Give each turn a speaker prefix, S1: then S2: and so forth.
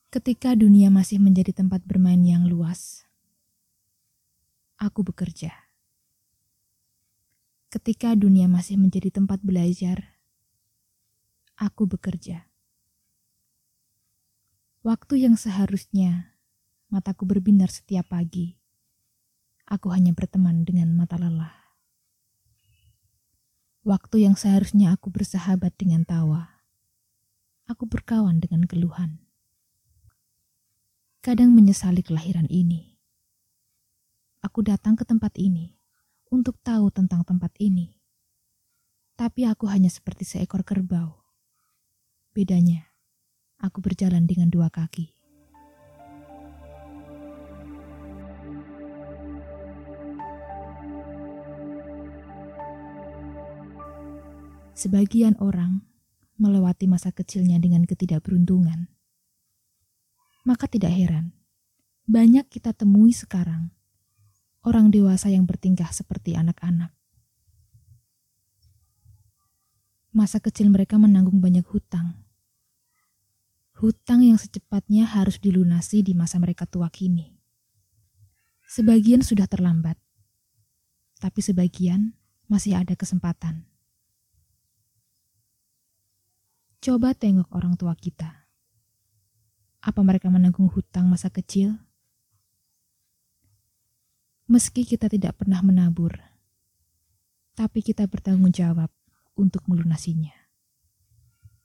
S1: Ketika dunia masih menjadi tempat bermain yang luas, aku bekerja. Ketika dunia masih menjadi tempat belajar, aku bekerja. Waktu yang seharusnya mataku berbinar setiap pagi, aku hanya berteman dengan mata lelah. Waktu yang seharusnya aku bersahabat dengan tawa, aku berkawan dengan keluhan. Kadang menyesali kelahiran ini. Aku datang ke tempat ini untuk tahu tentang tempat ini. Tapi aku hanya seperti seekor kerbau. Bedanya, aku berjalan dengan dua kaki. Sebagian orang melewati masa kecilnya dengan ketidakberuntungan. Maka tidak heran, banyak kita temui sekarang orang dewasa yang bertingkah seperti anak-anak. Masa kecil mereka menanggung banyak hutang. Hutang yang secepatnya harus dilunasi di masa mereka tua kini. Sebagian sudah terlambat, tapi sebagian masih ada kesempatan. Coba tengok orang tua kita. Apa mereka menanggung hutang masa kecil? Meski kita tidak pernah menabur, tapi kita bertanggung jawab untuk melunasinya.